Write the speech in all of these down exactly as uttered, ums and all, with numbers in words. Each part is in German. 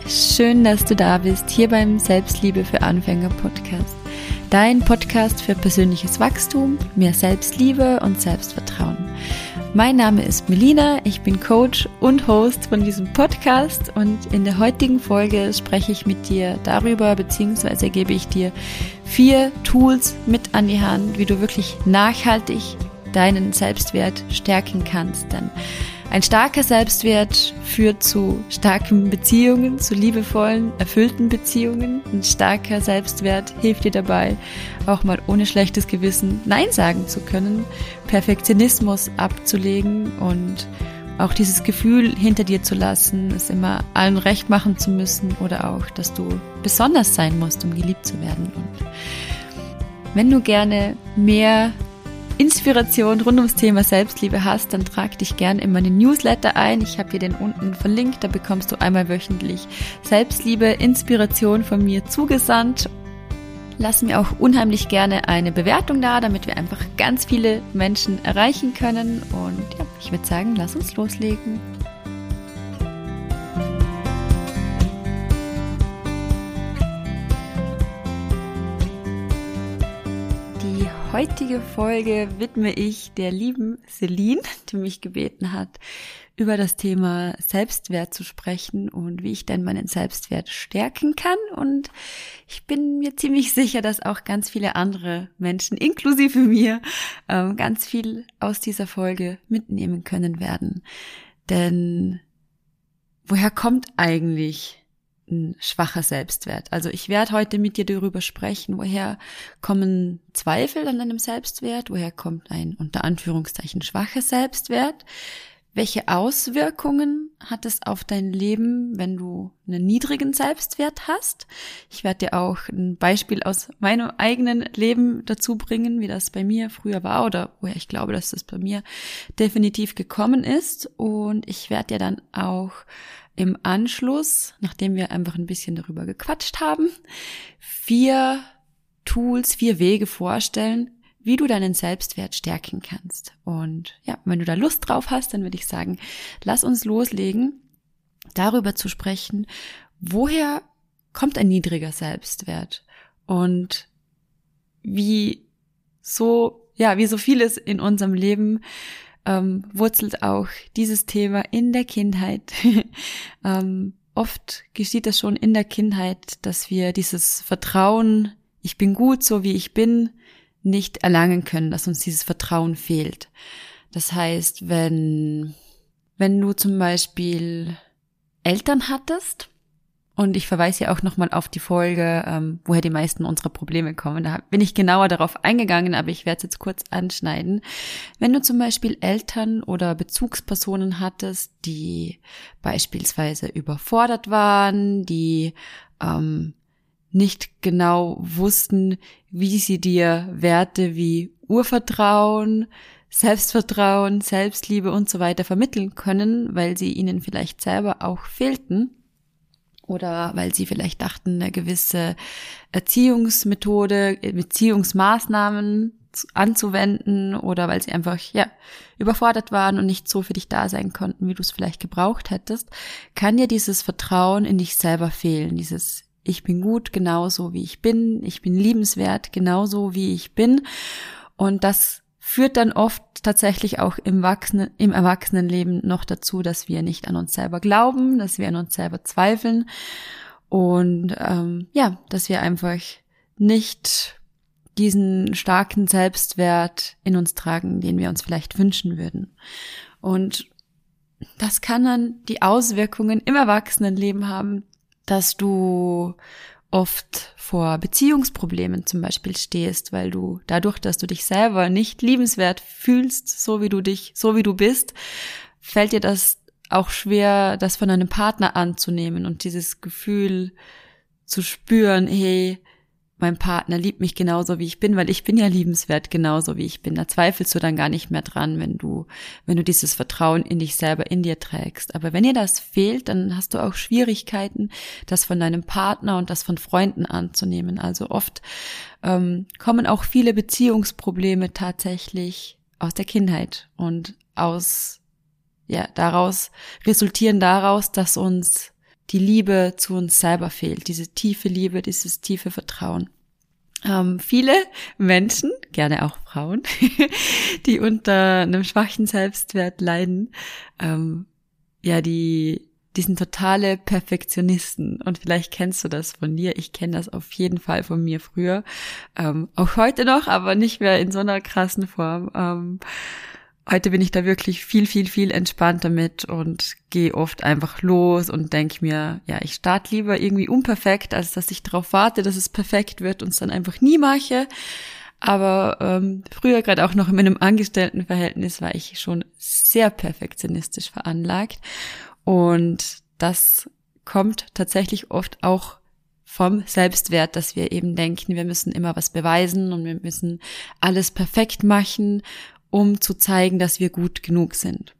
Schön, dass du da bist, hier beim Selbstliebe für Anfänger Podcast. Dein Podcast für persönliches Wachstum, mehr Selbstliebe und Selbstvertrauen. Mein Name ist Melina, ich bin Coach und Host von diesem Podcast und in der heutigen Folge spreche ich mit dir darüber, beziehungsweise gebe ich dir vier Tools mit an die Hand, wie du wirklich nachhaltig deinen Selbstwert stärken kannst. Denn ein starker Selbstwert führt zu starken Beziehungen, zu liebevollen, erfüllten Beziehungen. Ein starker Selbstwert hilft dir dabei, auch mal ohne schlechtes Gewissen Nein sagen zu können, Perfektionismus abzulegen und auch dieses Gefühl hinter dir zu lassen, es immer allen recht machen zu müssen oder auch, dass du besonders sein musst, um geliebt zu werden. Und wenn du gerne mehr Inspiration rund ums Thema Selbstliebe hast, dann trag dich gern in meine Newsletter ein. Ich habe dir den unten verlinkt, da bekommst du einmal wöchentlich Selbstliebe, Inspiration von mir zugesandt. Lass mir auch unheimlich gerne eine Bewertung da, damit wir einfach ganz viele Menschen erreichen können. Und ja, ich würde sagen, lass uns loslegen. Die heutige Folge widme ich der lieben Celine, die mich gebeten hat, über das Thema Selbstwert zu sprechen und wie ich denn meinen Selbstwert stärken kann. Und ich bin mir ziemlich sicher, dass auch ganz viele andere Menschen, inklusive mir, ganz viel aus dieser Folge mitnehmen können werden. Denn woher kommt eigentlich ein schwacher Selbstwert? Also ich werde heute mit dir darüber sprechen, woher kommen Zweifel an deinem Selbstwert, woher kommt ein unter Anführungszeichen schwacher Selbstwert, welche Auswirkungen hat es auf dein Leben, wenn du einen niedrigen Selbstwert hast. Ich werde dir auch ein Beispiel aus meinem eigenen Leben dazu bringen, wie das bei mir früher war oder woher ich glaube, dass das bei mir definitiv gekommen ist. Und ich werde dir dann auch im Anschluss, nachdem wir einfach ein bisschen darüber gequatscht haben, vier Tools, vier Wege vorstellen, wie du deinen Selbstwert stärken kannst. Und ja, wenn du da Lust drauf hast, dann würde ich sagen, lass uns loslegen, darüber zu sprechen, woher kommt ein niedriger Selbstwert und wie so, ja, wie so vieles in unserem Leben Ähm, wurzelt auch dieses Thema in der Kindheit. ähm, oft geschieht das schon in der Kindheit, dass wir dieses Vertrauen, ich bin gut, so wie ich bin, nicht erlangen können, dass uns dieses Vertrauen fehlt. Das heißt, wenn, wenn du zum Beispiel Eltern hattest, und ich verweise ja auch nochmal auf die Folge, ähm, woher die meisten unserer Probleme kommen. Da bin ich genauer darauf eingegangen, aber ich werde es jetzt kurz anschneiden. Wenn du zum Beispiel Eltern oder Bezugspersonen hattest, die beispielsweise überfordert waren, die ähm, nicht genau wussten, wie sie dir Werte wie Urvertrauen, Selbstvertrauen, Selbstliebe und so weiter vermitteln können, weil sie ihnen vielleicht selber auch fehlten, oder weil sie vielleicht dachten, eine gewisse Erziehungsmethode, Beziehungsmaßnahmen anzuwenden oder weil sie einfach, ja, überfordert waren und nicht so für dich da sein konnten, wie du es vielleicht gebraucht hättest, kann dir dieses Vertrauen in dich selber fehlen. Dieses ich bin gut, genauso wie ich bin, ich bin liebenswert, genauso wie ich bin. Und das führt dann oft tatsächlich auch im Erwachsenen, im Erwachsenenleben noch dazu, dass wir nicht an uns selber glauben, dass wir an uns selber zweifeln und ähm, ja, dass wir einfach nicht diesen starken Selbstwert in uns tragen, den wir uns vielleicht wünschen würden. Und das kann dann die Auswirkungen im Erwachsenenleben haben, dass du oft vor Beziehungsproblemen zum Beispiel stehst, weil du dadurch, dass du dich selber nicht liebenswert fühlst, so wie du dich, so wie du bist, fällt dir das auch schwer, das von einem Partner anzunehmen und dieses Gefühl zu spüren, hey, mein Partner liebt mich genauso, wie ich bin, weil ich bin ja liebenswert genauso, wie ich bin. Da zweifelst du dann gar nicht mehr dran, wenn du, wenn du dieses Vertrauen in dich selber in dir trägst. Aber wenn dir das fehlt, dann hast du auch Schwierigkeiten, das von deinem Partner und das von Freunden anzunehmen. Also oft ähm, kommen auch viele Beziehungsprobleme tatsächlich aus der Kindheit und aus, ja, daraus resultieren daraus, dass uns die Liebe zu uns selber fehlt, diese tiefe Liebe, dieses tiefe Vertrauen. Ähm, viele Menschen, gerne auch Frauen, die unter einem schwachen Selbstwert leiden, ähm, ja, die, die sind totale Perfektionisten. Und vielleicht kennst du das von dir. Ich kenne das auf jeden Fall von mir früher. Ähm, auch heute noch, aber nicht mehr in so einer krassen Form. Ähm, heute bin ich da wirklich viel, viel, viel entspannter mit und gehe oft einfach los und denke mir, ja, ich starte lieber irgendwie unperfekt, als dass ich darauf warte, dass es perfekt wird und es dann einfach nie mache. Aber ähm, früher, gerade auch noch in meinem Angestelltenverhältnis, war ich schon sehr perfektionistisch veranlagt. Und das kommt tatsächlich oft auch vom Selbstwert, dass wir eben denken, wir müssen immer was beweisen und wir müssen alles perfekt machen, um zu zeigen, dass wir gut genug sind.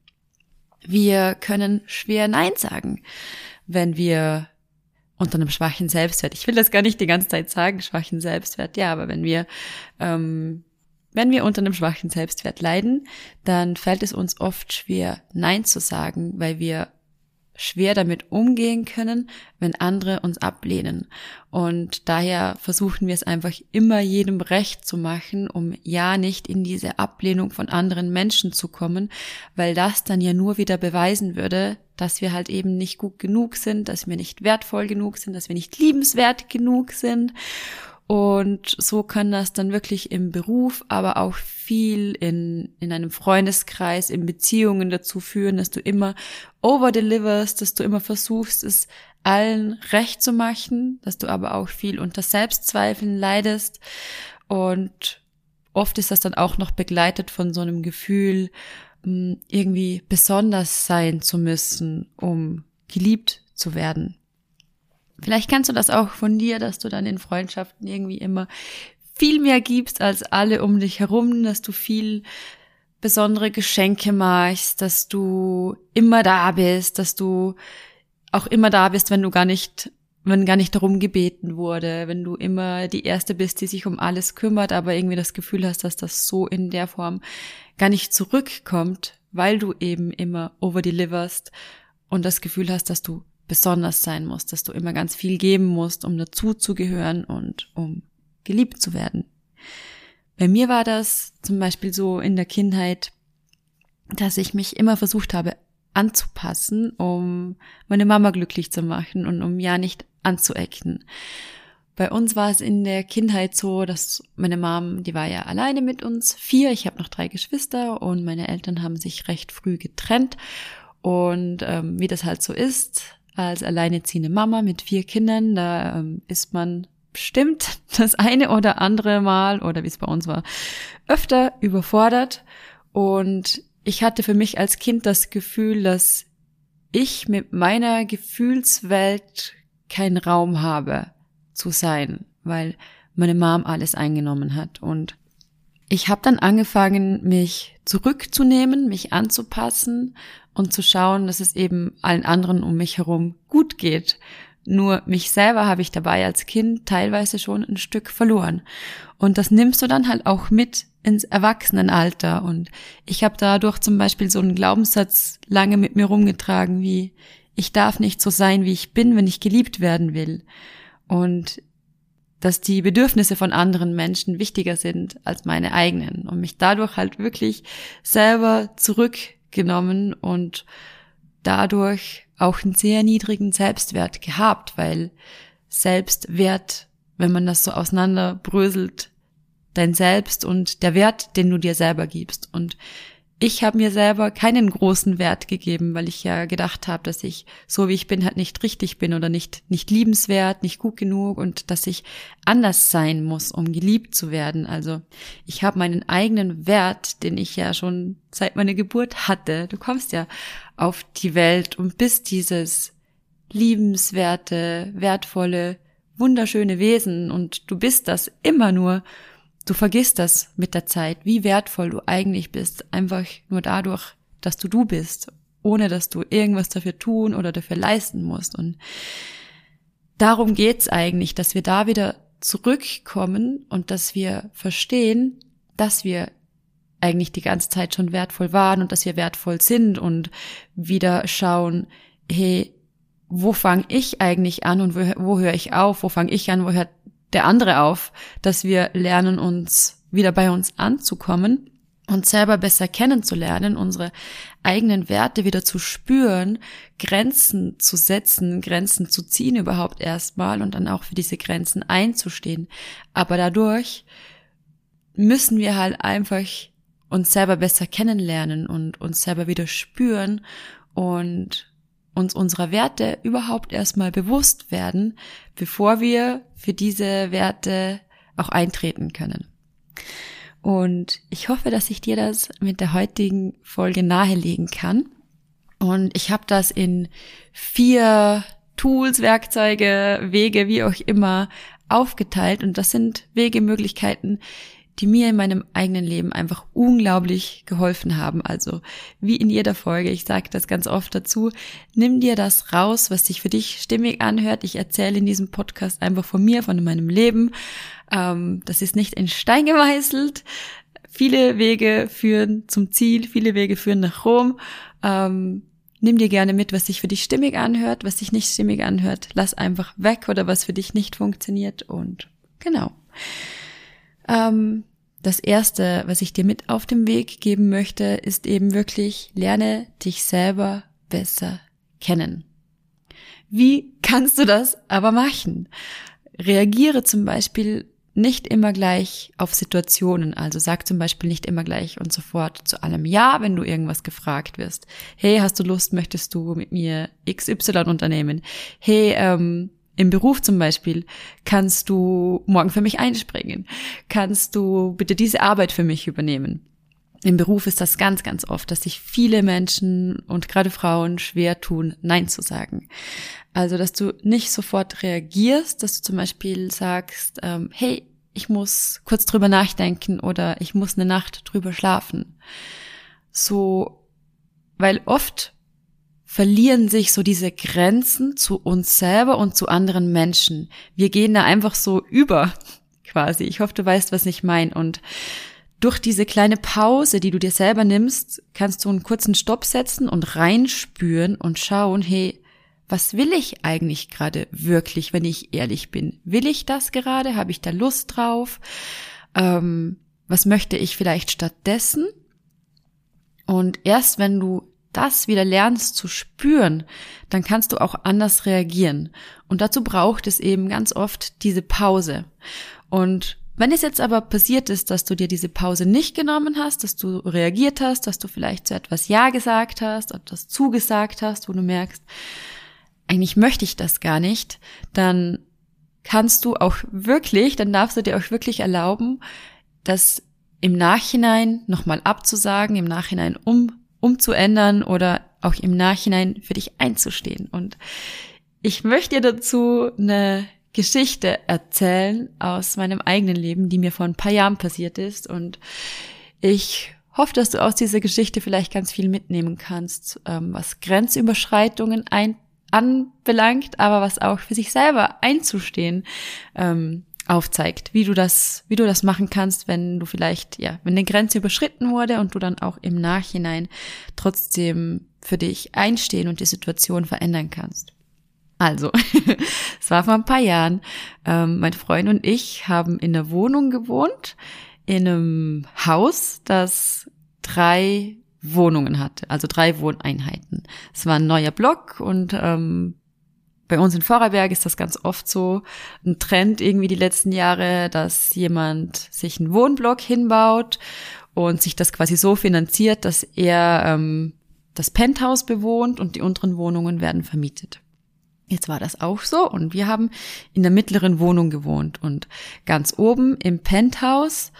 Wir können schwer Nein sagen, wenn wir unter einem schwachen Selbstwert, ich will das gar nicht die ganze Zeit sagen, schwachen Selbstwert, ja, aber wenn wir, ähm, wenn wir unter einem schwachen Selbstwert leiden, dann fällt es uns oft schwer, Nein zu sagen, weil wir schwer damit umgehen können, wenn andere uns ablehnen. Und daher versuchen wir es einfach immer jedem recht zu machen, um ja nicht in diese Ablehnung von anderen Menschen zu kommen, weil das dann ja nur wieder beweisen würde, dass wir halt eben nicht gut genug sind, dass wir nicht wertvoll genug sind, dass wir nicht liebenswert genug sind. Und so kann das dann wirklich im Beruf, aber auch viel in, in einem Freundeskreis, in Beziehungen dazu führen, dass du immer overdeliverst, dass du immer versuchst, es allen recht zu machen, dass du aber auch viel unter Selbstzweifeln leidest. Und oft ist das dann auch noch begleitet von so einem Gefühl, irgendwie besonders sein zu müssen, um geliebt zu werden. Vielleicht kennst du das auch von dir, dass du dann in Freundschaften irgendwie immer viel mehr gibst als alle um dich herum, dass du viel besondere Geschenke machst, dass du immer da bist, dass du auch immer da bist, wenn du gar nicht, wenn gar nicht darum gebeten wurde, wenn du immer die Erste bist, die sich um alles kümmert, aber irgendwie das Gefühl hast, dass das so in der Form gar nicht zurückkommt, weil du eben immer overdeliverst und das Gefühl hast, dass du besonders sein musst, dass du immer ganz viel geben musst, um dazuzugehören und um geliebt zu werden. Bei mir war das zum Beispiel so in der Kindheit, dass ich mich immer versucht habe anzupassen, um meine Mama glücklich zu machen und um ja nicht anzuecken. Bei uns war es in der Kindheit so, dass meine Mom, die war ja alleine mit uns vier, ich habe noch drei Geschwister und meine Eltern haben sich recht früh getrennt und ähm, wie das halt so ist, als alleinerziehende Mama mit vier Kindern, da ähm, ist man bestimmt das eine oder andere Mal, oder wie es bei uns war, öfter überfordert. Und ich hatte für mich als Kind das Gefühl, dass ich mit meiner Gefühlswelt keinen Raum habe zu sein, weil meine Mom alles eingenommen hat. Und ich habe dann angefangen, mich zurückzunehmen, mich anzupassen und zu schauen, dass es eben allen anderen um mich herum gut geht. Nur mich selber habe ich dabei als Kind teilweise schon ein Stück verloren. Und das nimmst du dann halt auch mit ins Erwachsenenalter. Und ich habe dadurch zum Beispiel so einen Glaubenssatz lange mit mir rumgetragen, wie ich darf nicht so sein, wie ich bin, wenn ich geliebt werden will. Und dass die Bedürfnisse von anderen Menschen wichtiger sind als meine eigenen. Und mich dadurch halt wirklich selber zurückgenommen und dadurch auch einen sehr niedrigen Selbstwert gehabt, weil Selbstwert, wenn man das so auseinanderbröselt, dein Selbst und der Wert, den du dir selber gibst. Und ich habe mir selber keinen großen Wert gegeben, weil ich ja gedacht habe, dass ich, so wie ich bin, halt nicht richtig bin oder nicht nicht liebenswert, nicht gut genug und dass ich anders sein muss, um geliebt zu werden. Also ich habe meinen eigenen Wert, den ich ja schon seit meiner Geburt hatte. Du kommst ja auf die Welt und bist dieses liebenswerte, wertvolle, wunderschöne Wesen und du bist das immer nur. Du vergisst das mit der Zeit, wie wertvoll du eigentlich bist, einfach nur dadurch, dass du du bist, ohne dass du irgendwas dafür tun oder dafür leisten musst. Und darum geht's eigentlich, dass wir da wieder zurückkommen und dass wir verstehen, dass wir eigentlich die ganze Zeit schon wertvoll waren und dass wir wertvoll sind und wieder schauen, hey, wo fange ich eigentlich an und wo, wo höre ich auf, wo fange ich an, wo hört der andere auf, dass wir lernen, uns wieder bei uns anzukommen, uns selber besser kennenzulernen, unsere eigenen Werte wieder zu spüren, Grenzen zu setzen, Grenzen zu ziehen überhaupt erstmal und dann auch für diese Grenzen einzustehen. Aber dadurch müssen wir halt einfach uns selber besser kennenlernen und uns selber wieder spüren und uns unserer Werte überhaupt erstmal bewusst werden, bevor wir für diese Werte auch eintreten können. Und ich hoffe, dass ich dir das mit der heutigen Folge nahelegen kann. Und ich habe das in vier Tools, Werkzeuge, Wege, wie auch immer, aufgeteilt. Und das sind Wege, Möglichkeiten, die mir in meinem eigenen Leben einfach unglaublich geholfen haben. Also wie in jeder Folge, ich sage das ganz oft dazu, nimm dir das raus, was sich für dich stimmig anhört. Ich erzähle in diesem Podcast einfach von mir, von meinem Leben. Ähm, das ist nicht in Stein gemeißelt. Viele Wege führen zum Ziel, viele Wege führen nach Rom. Ähm, nimm dir gerne mit, was sich für dich stimmig anhört, was sich nicht stimmig anhört. Lass einfach weg oder was für dich nicht funktioniert und genau. Ähm, Das Erste, was ich dir mit auf den Weg geben möchte, ist eben wirklich, lerne dich selber besser kennen. Wie kannst du das aber machen? Reagiere zum Beispiel nicht immer gleich auf Situationen, also sag zum Beispiel nicht immer gleich und sofort zu allem Ja, wenn du irgendwas gefragt wirst. Hey, hast du Lust, möchtest du mit mir X Y unternehmen? Hey, ähm, im Beruf zum Beispiel, kannst du morgen für mich einspringen? Kannst du bitte diese Arbeit für mich übernehmen? Im Beruf ist das ganz, ganz oft, dass sich viele Menschen und gerade Frauen schwer tun, Nein zu sagen. Also, dass du nicht sofort reagierst, dass du zum Beispiel sagst, ähm, hey, ich muss kurz drüber nachdenken oder ich muss eine Nacht drüber schlafen. So, weil oft verlieren sich so diese Grenzen zu uns selber und zu anderen Menschen. Wir gehen da einfach so über, quasi. Ich hoffe, du weißt, was ich meine. Und durch diese kleine Pause, die du dir selber nimmst, kannst du einen kurzen Stopp setzen und reinspüren und schauen, hey, was will ich eigentlich gerade wirklich, wenn ich ehrlich bin? Will ich das gerade? Habe ich da Lust drauf? Ähm, was möchte ich vielleicht stattdessen? Und erst wenn du das wieder lernst zu spüren, dann kannst du auch anders reagieren. Und dazu braucht es eben ganz oft diese Pause. Und wenn es jetzt aber passiert ist, dass du dir diese Pause nicht genommen hast, dass du reagiert hast, dass du vielleicht zu etwas Ja gesagt hast, etwas zugesagt hast, wo du merkst, eigentlich möchte ich das gar nicht, dann kannst du auch wirklich, dann darfst du dir auch wirklich erlauben, das im Nachhinein nochmal abzusagen, im Nachhinein um umzuändern oder auch im Nachhinein für dich einzustehen. Und ich möchte dir dazu eine Geschichte erzählen aus meinem eigenen Leben, die mir vor ein paar Jahren passiert ist. Und ich hoffe, dass du aus dieser Geschichte vielleicht ganz viel mitnehmen kannst, was Grenzüberschreitungen ein, anbelangt, aber was auch für sich selber einzustehen ähm, aufzeigt, wie du das, wie du das machen kannst, wenn du vielleicht, ja, wenn eine Grenze überschritten wurde und du dann auch im Nachhinein trotzdem für dich einstehen und die Situation verändern kannst. Also, es war vor ein paar Jahren, ähm, mein Freund und ich haben in einer Wohnung gewohnt, in einem Haus, das drei Wohnungen hatte, also drei Wohneinheiten. Es war ein neuer Block und ähm, bei uns in Vorarlberg ist das ganz oft so ein Trend irgendwie die letzten Jahre, dass jemand sich einen Wohnblock hinbaut und sich das quasi so finanziert, dass er ähm, das Penthouse bewohnt und die unteren Wohnungen werden vermietet. Jetzt war das auch so und wir haben in der mittleren Wohnung gewohnt und ganz oben im Penthouse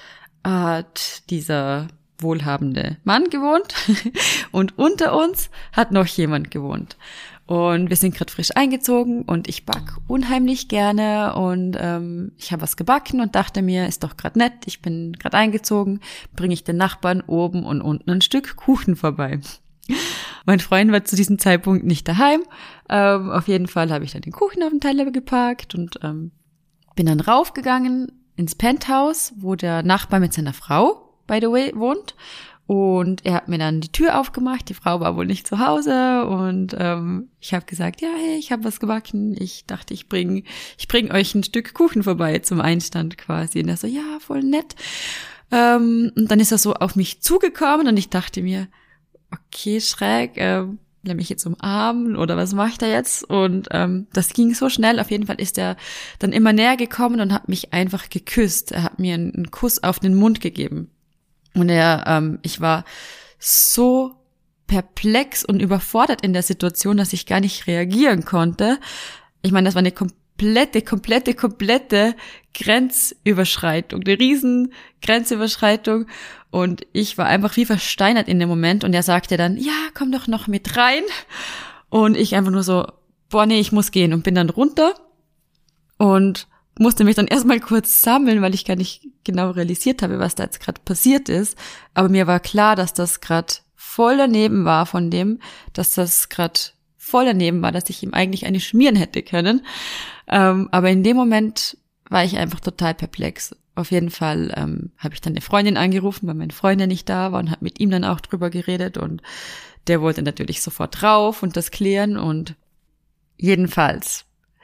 hat dieser wohlhabende Mann gewohnt und unter uns hat noch jemand gewohnt. Und wir sind gerade frisch eingezogen und ich back unheimlich gerne und ähm, ich habe was gebacken und dachte mir, ist doch gerade nett, ich bin gerade eingezogen, bringe ich den Nachbarn oben und unten ein Stück Kuchen vorbei. Mein Freund war zu diesem Zeitpunkt nicht daheim. Ähm, auf jeden Fall habe ich dann den Kuchen auf den Teller gepackt und ähm, bin dann raufgegangen ins Penthouse, wo der Nachbar mit seiner Frau, by the way, wohnt. Und er hat mir dann die Tür aufgemacht, die Frau war wohl nicht zu Hause und ähm, ich habe gesagt, ja, hey, ich habe was gebacken. Ich dachte, ich bring, ich bring euch ein Stück Kuchen vorbei zum Einstand quasi. Und er so, ja, voll nett. Ähm, und dann ist er so auf mich zugekommen und ich dachte mir, okay, schräg, ähm, will er mich jetzt umarmen oder was macht er jetzt? Und ähm, das ging so schnell. Auf jeden Fall ist er dann immer näher gekommen und hat mich einfach geküsst. Er hat mir einen, einen Kuss auf den Mund gegeben. Und er, ähm, ich war so perplex und überfordert in der Situation, dass ich gar nicht reagieren konnte. Ich meine, das war eine komplette, komplette, komplette Grenzüberschreitung, eine riesen Grenzüberschreitung. Und ich war einfach wie versteinert in dem Moment. Und er sagte dann, ja, komm doch noch mit rein. Und ich einfach nur so, boah, nee, ich muss gehen. Und bin dann runter und musste mich dann erstmal kurz sammeln, weil ich gar nicht genau realisiert habe, was da jetzt gerade passiert ist. Aber mir war klar, dass das gerade voll daneben war von dem, dass das gerade voll daneben war, dass ich ihm eigentlich eine schmieren hätte können. Ähm, aber in dem Moment war ich einfach total perplex. Auf jeden Fall ähm, habe ich dann eine Freundin angerufen, weil mein Freund ja nicht da war und habe mit ihm dann auch drüber geredet und der wollte natürlich sofort drauf und das klären und jedenfalls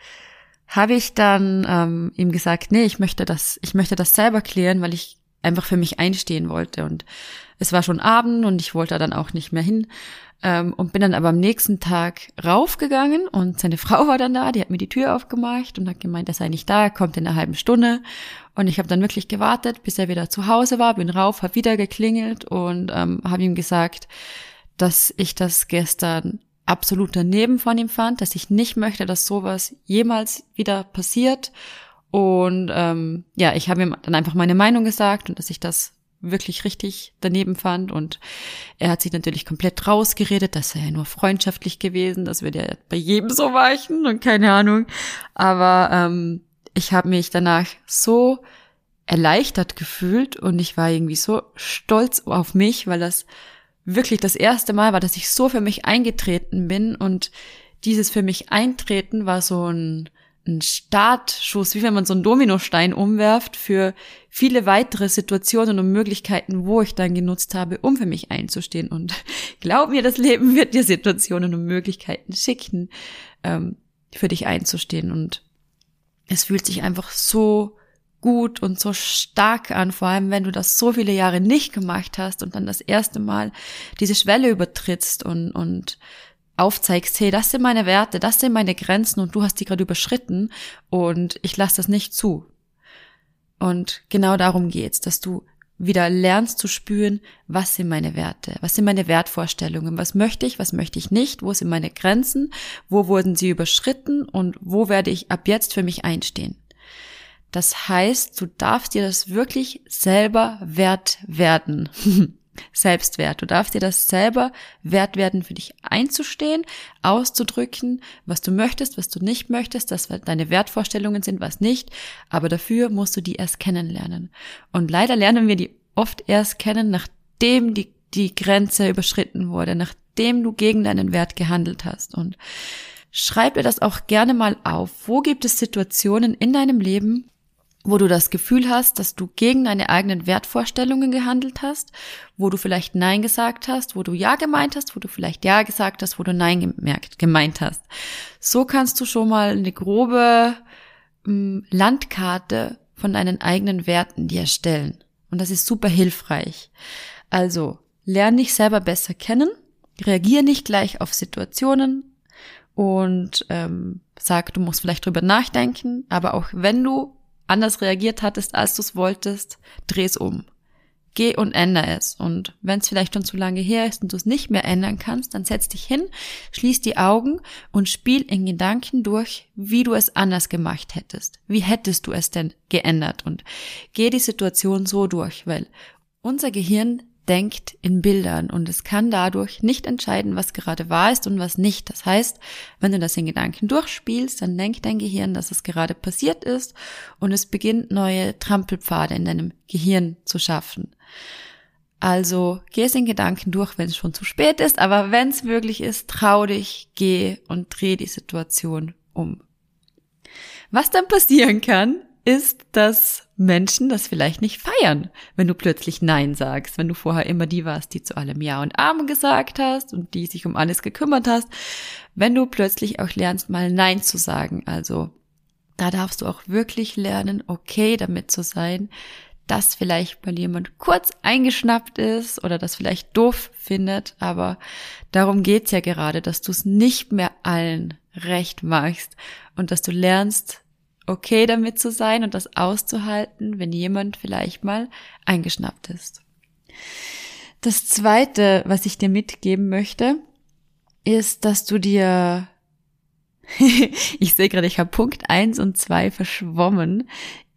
habe ich dann ähm, ihm gesagt, nee, ich möchte das, ich möchte das selber klären, weil ich einfach für mich einstehen wollte. Und es war schon Abend und ich wollte dann auch nicht mehr hin ähm, und bin dann aber am nächsten Tag raufgegangen und seine Frau war dann da, die hat mir die Tür aufgemacht und hat gemeint, er sei nicht da, er kommt in einer halben Stunde. Und ich habe dann wirklich gewartet, bis er wieder zu Hause war, bin rauf, habe wieder geklingelt und ähm, habe ihm gesagt, dass ich das gestern absolut daneben von ihm fand, dass ich nicht möchte, dass sowas jemals wieder passiert. Und ähm, ja, ich habe ihm dann einfach meine Meinung gesagt und dass ich das wirklich richtig daneben fand. Und er hat sich natürlich komplett rausgeredet, das sei ja nur freundschaftlich gewesen, das wird ja bei jedem so weichen und keine Ahnung. Aber ähm, ich habe mich danach so erleichtert gefühlt und ich war irgendwie so stolz auf mich, weil das wirklich das erste Mal war, dass ich so für mich eingetreten bin und dieses für mich Eintreten war so ein, ein Startschuss, wie wenn man so einen Dominostein umwerft für viele weitere Situationen und Möglichkeiten, wo ich dann genutzt habe, um für mich einzustehen. Und glaub mir, das Leben wird dir Situationen und Möglichkeiten schicken, ähm, für dich einzustehen. Und es fühlt sich einfach so gut und so stark an, vor allem wenn du das so viele Jahre nicht gemacht hast und dann das erste Mal diese Schwelle übertrittst und und aufzeigst, hey, das sind meine Werte, das sind meine Grenzen und du hast die gerade überschritten und ich lasse das nicht zu. Und genau darum geht's, dass du wieder lernst zu spüren, was sind meine Werte, was sind meine Wertvorstellungen, was möchte ich, was möchte ich nicht, wo sind meine Grenzen, wo wurden sie überschritten und wo werde ich ab jetzt für mich einstehen. Das heißt, du darfst dir das wirklich selber wert werden. Selbstwert. Du darfst dir das selber wert werden, für dich einzustehen, auszudrücken, was du möchtest, was du nicht möchtest, dass deine Wertvorstellungen sind, was nicht. Aber dafür musst du die erst kennenlernen. Und leider lernen wir die oft erst kennen, nachdem die, die Grenze überschritten wurde, nachdem du gegen deinen Wert gehandelt hast. Und schreib dir das auch gerne mal auf. Wo gibt es Situationen in deinem Leben, wo du das Gefühl hast, dass du gegen deine eigenen Wertvorstellungen gehandelt hast, wo du vielleicht Nein gesagt hast, wo du Ja gemeint hast, wo du vielleicht Ja gesagt hast, wo du Nein gemerkt, gemeint hast. So kannst du schon mal eine grobe ähm, Landkarte von deinen eigenen Werten dir erstellen. Und das ist super hilfreich. Also, lerne dich selber besser kennen, reagiere nicht gleich auf Situationen und ähm, sag, du musst vielleicht drüber nachdenken, aber auch wenn du anders reagiert hattest, als du es wolltest, dreh es um. Geh und ändere es. Und wenn es vielleicht schon zu lange her ist und du es nicht mehr ändern kannst, dann setz dich hin, schließ die Augen und spiel in Gedanken durch, wie du es anders gemacht hättest. Wie hättest du es denn geändert? Und geh die Situation so durch, weil unser Gehirn denkt in Bildern und es kann dadurch nicht entscheiden, was gerade wahr ist und was nicht. Das heißt, wenn du das in Gedanken durchspielst, dann denkt dein Gehirn, dass es gerade passiert ist und es beginnt, neue Trampelpfade in deinem Gehirn zu schaffen. Also geh es in Gedanken durch, wenn es schon zu spät ist, aber wenn es möglich ist, trau dich, geh und dreh die Situation um. Was dann passieren kann, ist, dass Menschen das vielleicht nicht feiern, wenn du plötzlich Nein sagst, wenn du vorher immer die warst, die zu allem Ja und Amen gesagt hast und die sich um alles gekümmert hast, wenn du plötzlich auch lernst, mal Nein zu sagen. Also da darfst du auch wirklich lernen, okay damit zu sein, dass vielleicht mal jemand kurz eingeschnappt ist oder das vielleicht doof findet, aber darum geht's ja gerade, dass du es nicht mehr allen recht machst und dass du lernst, okay damit zu sein und das auszuhalten, wenn jemand vielleicht mal eingeschnappt ist. Das Zweite, was ich dir mitgeben möchte, ist, dass du dir, ich sehe gerade, ich habe Punkt eins und zwei verschwommen.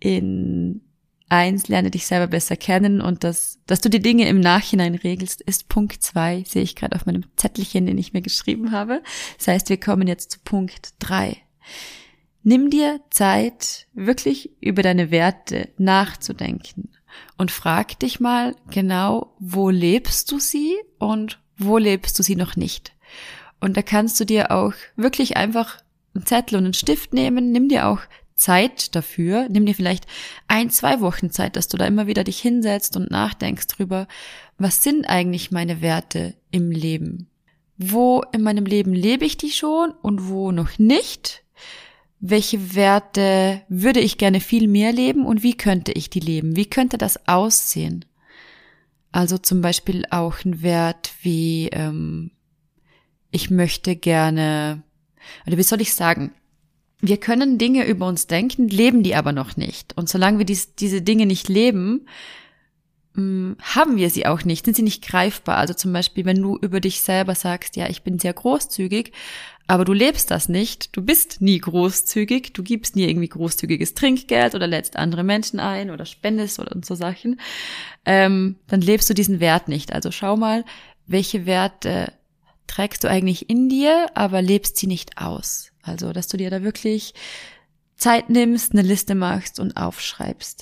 In eins, lerne dich selber besser kennen und das, dass du die Dinge im Nachhinein regelst, ist Punkt zwei, sehe ich gerade auf meinem Zettelchen, den ich mir geschrieben habe. Das heißt, wir kommen jetzt zu Punkt drei. Nimm dir Zeit, wirklich über deine Werte nachzudenken und frag dich mal genau, wo lebst du sie und wo lebst du sie noch nicht. Und da kannst du dir auch wirklich einfach einen Zettel und einen Stift nehmen, nimm dir auch Zeit dafür, nimm dir vielleicht ein, zwei Wochen Zeit, dass du da immer wieder dich hinsetzt und nachdenkst drüber, was sind eigentlich meine Werte im Leben? Wo in meinem Leben lebe ich die schon und wo noch nicht? Welche Werte würde ich gerne viel mehr leben und wie könnte ich die leben? Wie könnte das aussehen? Also zum Beispiel auch ein Wert wie, ähm, ich möchte gerne, oder wie soll ich sagen, wir können Dinge über uns denken, leben die aber noch nicht. Und solange wir dies, diese Dinge nicht leben, mh, haben wir sie auch nicht, sind sie nicht greifbar. Also zum Beispiel, wenn du über dich selber sagst, ja, ich bin sehr großzügig, aber du lebst das nicht, du bist nie großzügig, du gibst nie irgendwie großzügiges Trinkgeld oder lädst andere Menschen ein oder spendest oder und so Sachen, ähm, dann lebst du diesen Wert nicht. Also schau mal, welche Werte trägst du eigentlich in dir, aber lebst sie nicht aus. Also, dass du dir da wirklich Zeit nimmst, eine Liste machst und aufschreibst.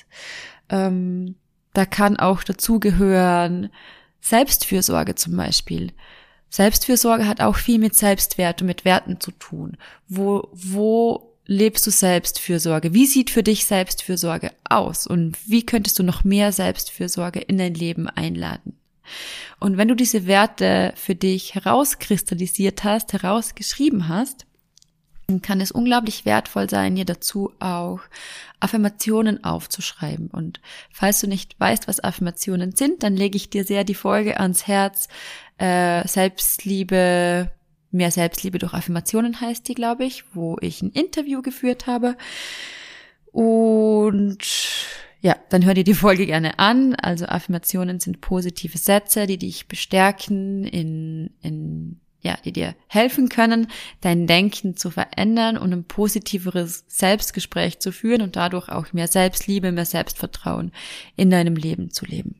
Ähm, da kann auch dazugehören Selbstfürsorge zum Beispiel. Selbstfürsorge hat auch viel mit Selbstwert und mit Werten zu tun. Wo, wo lebst du Selbstfürsorge? Wie sieht für dich Selbstfürsorge aus? Und wie könntest du noch mehr Selbstfürsorge in dein Leben einladen? Und wenn du diese Werte für dich herauskristallisiert hast, herausgeschrieben hast, dann kann es unglaublich wertvoll sein, dir dazu auch Affirmationen aufzuschreiben. Und falls du nicht weißt, was Affirmationen sind, dann lege ich dir sehr die Folge ans Herz. Äh, Selbstliebe, mehr Selbstliebe durch Affirmationen heißt die, glaube ich, wo ich ein Interview geführt habe. Und ja, dann hör dir die Folge gerne an. Also Affirmationen sind positive Sätze, die dich bestärken, in, in, ja, die dir helfen können, dein Denken zu verändern und ein positiveres Selbstgespräch zu führen und dadurch auch mehr Selbstliebe, mehr Selbstvertrauen in deinem Leben zu leben.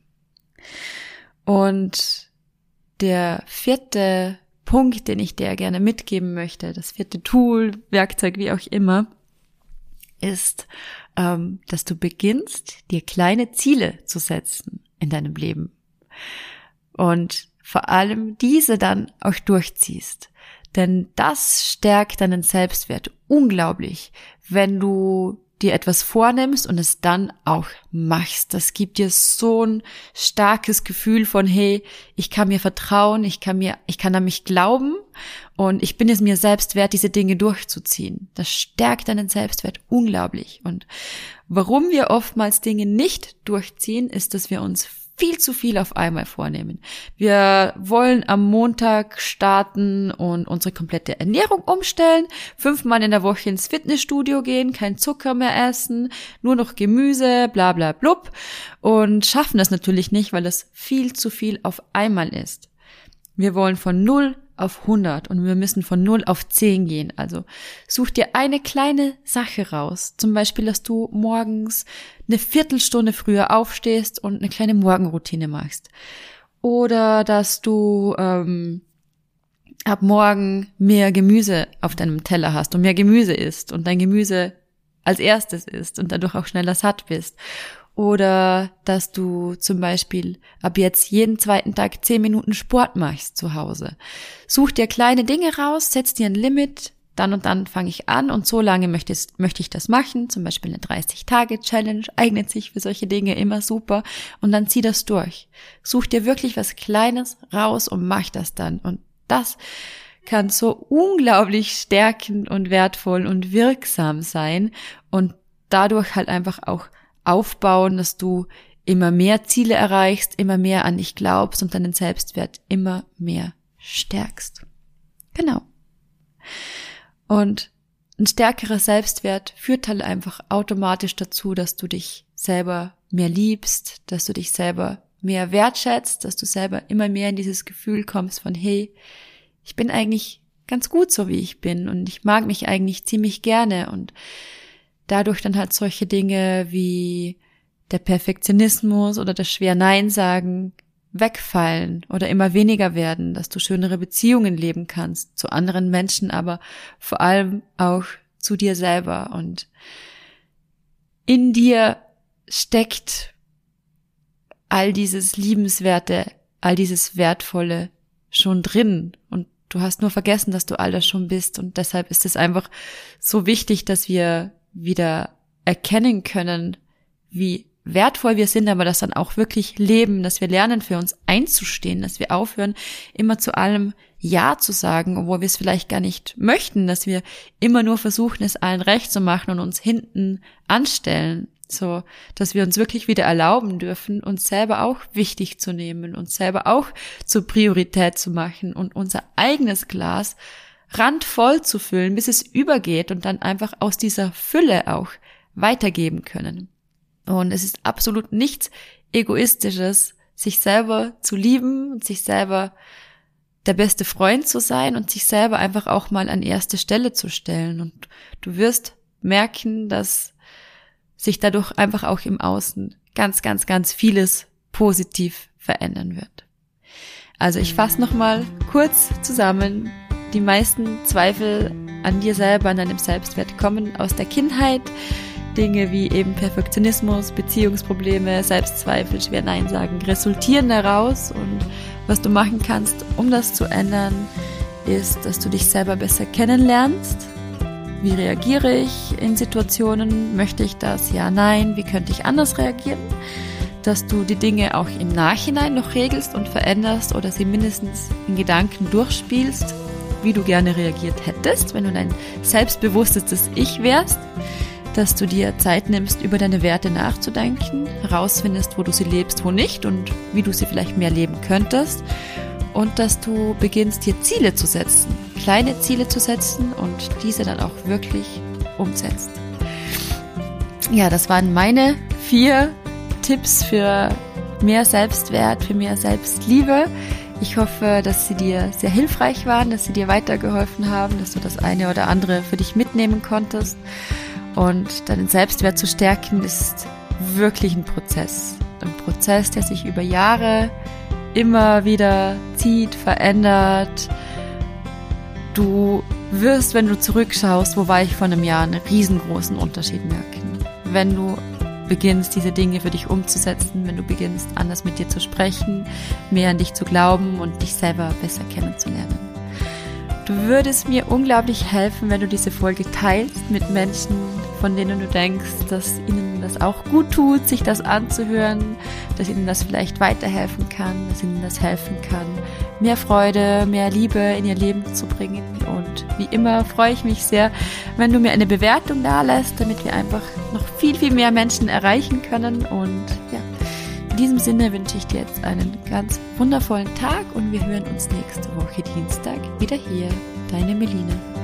Und der vierte Punkt, den ich dir gerne mitgeben möchte, das vierte Tool, Werkzeug, wie auch immer, ist, ähm, dass du beginnst, dir kleine Ziele zu setzen in deinem Leben und vor allem diese dann auch durchziehst. Denn das stärkt deinen Selbstwert unglaublich, wenn du dir etwas vornimmst und es dann auch machst. Das gibt dir so ein starkes Gefühl von, hey, ich kann mir vertrauen, ich kann mir, ich kann an mich glauben und ich bin es mir selbst wert, diese Dinge durchzuziehen. Das stärkt deinen Selbstwert unglaublich. Und warum wir oftmals Dinge nicht durchziehen, ist, dass wir uns viel zu viel auf einmal vornehmen. Wir wollen am Montag starten und unsere komplette Ernährung umstellen, fünfmal in der Woche ins Fitnessstudio gehen, kein Zucker mehr essen, nur noch Gemüse, bla bla blub und schaffen das natürlich nicht, weil das viel zu viel auf einmal ist. Wir wollen von null auf hundert und wir müssen von null auf zehn gehen. Also such dir eine kleine Sache raus. Zum Beispiel, dass du morgens eine Viertelstunde früher aufstehst und eine kleine Morgenroutine machst. Oder dass du ähm, ab morgen mehr Gemüse auf deinem Teller hast und mehr Gemüse isst und dein Gemüse als erstes isst und dadurch auch schneller satt bist. Oder dass du zum Beispiel ab jetzt jeden zweiten Tag zehn Minuten Sport machst zu Hause. Such dir kleine Dinge raus, setz dir ein Limit, dann und dann fange ich an und so lange möchte, möchte ich das machen, zum Beispiel eine dreißig-Tage-Challenge, eignet sich für solche Dinge immer super und dann zieh das durch. Such dir wirklich was Kleines raus und mach das dann und das kann so unglaublich stärkend und wertvoll und wirksam sein und dadurch halt einfach auch aufbauen, dass du immer mehr Ziele erreichst, immer mehr an dich glaubst und deinen Selbstwert immer mehr stärkst. Genau. Und ein stärkerer Selbstwert führt halt einfach automatisch dazu, dass du dich selber mehr liebst, dass du dich selber mehr wertschätzt, dass du selber immer mehr in dieses Gefühl kommst von, hey, ich bin eigentlich ganz gut so, wie ich bin und ich mag mich eigentlich ziemlich gerne und dadurch dann halt solche Dinge wie der Perfektionismus oder das schwer Nein sagen wegfallen oder immer weniger werden, dass du schönere Beziehungen leben kannst zu anderen Menschen, aber vor allem auch zu dir selber. Und in dir steckt all dieses Liebenswerte, all dieses Wertvolle schon drin und du hast nur vergessen, dass du all das schon bist und deshalb ist es einfach so wichtig, dass wir wieder erkennen können, wie wertvoll wir sind, aber das dann auch wirklich leben, dass wir lernen, für uns einzustehen, dass wir aufhören, immer zu allem Ja zu sagen, obwohl wir es vielleicht gar nicht möchten, dass wir immer nur versuchen, es allen recht zu machen und uns hinten anstellen, so, dass wir uns wirklich wieder erlauben dürfen, uns selber auch wichtig zu nehmen, uns selber auch zur Priorität zu machen und unser eigenes Glas randvoll zu füllen, bis es übergeht und dann einfach aus dieser Fülle auch weitergeben können. Und es ist absolut nichts Egoistisches, sich selber zu lieben und sich selber der beste Freund zu sein und sich selber einfach auch mal an erste Stelle zu stellen. Und du wirst merken, dass sich dadurch einfach auch im Außen ganz, ganz, ganz vieles positiv verändern wird. Also ich fasse nochmal kurz zusammen. Die meisten Zweifel an dir selber, an deinem Selbstwert kommen aus der Kindheit. Dinge wie eben Perfektionismus, Beziehungsprobleme, Selbstzweifel, schwer Nein sagen, resultieren daraus. Und was du machen kannst, um das zu ändern, ist, dass du dich selber besser kennenlernst. Wie reagiere ich in Situationen? Möchte ich das? Ja, nein. Wie könnte ich anders reagieren? Dass du die Dinge auch im Nachhinein noch regelst und veränderst oder sie mindestens in Gedanken durchspielst, wie du gerne reagiert hättest, wenn du dein selbstbewusstes Ich wärst. Dass du dir Zeit nimmst, über deine Werte nachzudenken, herausfindest, wo du sie lebst, wo nicht und wie du sie vielleicht mehr leben könntest und dass du beginnst, dir Ziele zu setzen, kleine Ziele zu setzen und diese dann auch wirklich umsetzt. Ja, das waren meine vier Tipps für mehr Selbstwert, für mehr Selbstliebe. Ich hoffe, dass sie dir sehr hilfreich waren, dass sie dir weitergeholfen haben, dass du das eine oder andere für dich mitnehmen konntest. Und deinen Selbstwert zu stärken ist wirklich ein Prozess. Ein Prozess, der sich über Jahre immer wieder zieht, verändert. Du wirst, wenn du zurückschaust, wo war ich vor einem Jahr, einen riesengroßen Unterschied merken. Wenn du beginnst, diese Dinge für dich umzusetzen, wenn du beginnst, anders mit dir zu sprechen, mehr an dich zu glauben und dich selber besser kennenzulernen. Du würdest mir unglaublich helfen, wenn du diese Folge teilst mit Menschen, von denen du denkst, dass ihnen das auch gut tut, sich das anzuhören, dass ihnen das vielleicht weiterhelfen kann, dass ihnen das helfen kann, mehr Freude, mehr Liebe in ihr Leben zu bringen. Und wie immer freue ich mich sehr, wenn du mir eine Bewertung dalässt, damit wir einfach noch viel, viel mehr Menschen erreichen können. Und ja, in diesem Sinne wünsche ich dir jetzt einen ganz wundervollen Tag und wir hören uns nächste Woche Dienstag wieder hier. Deine Melina.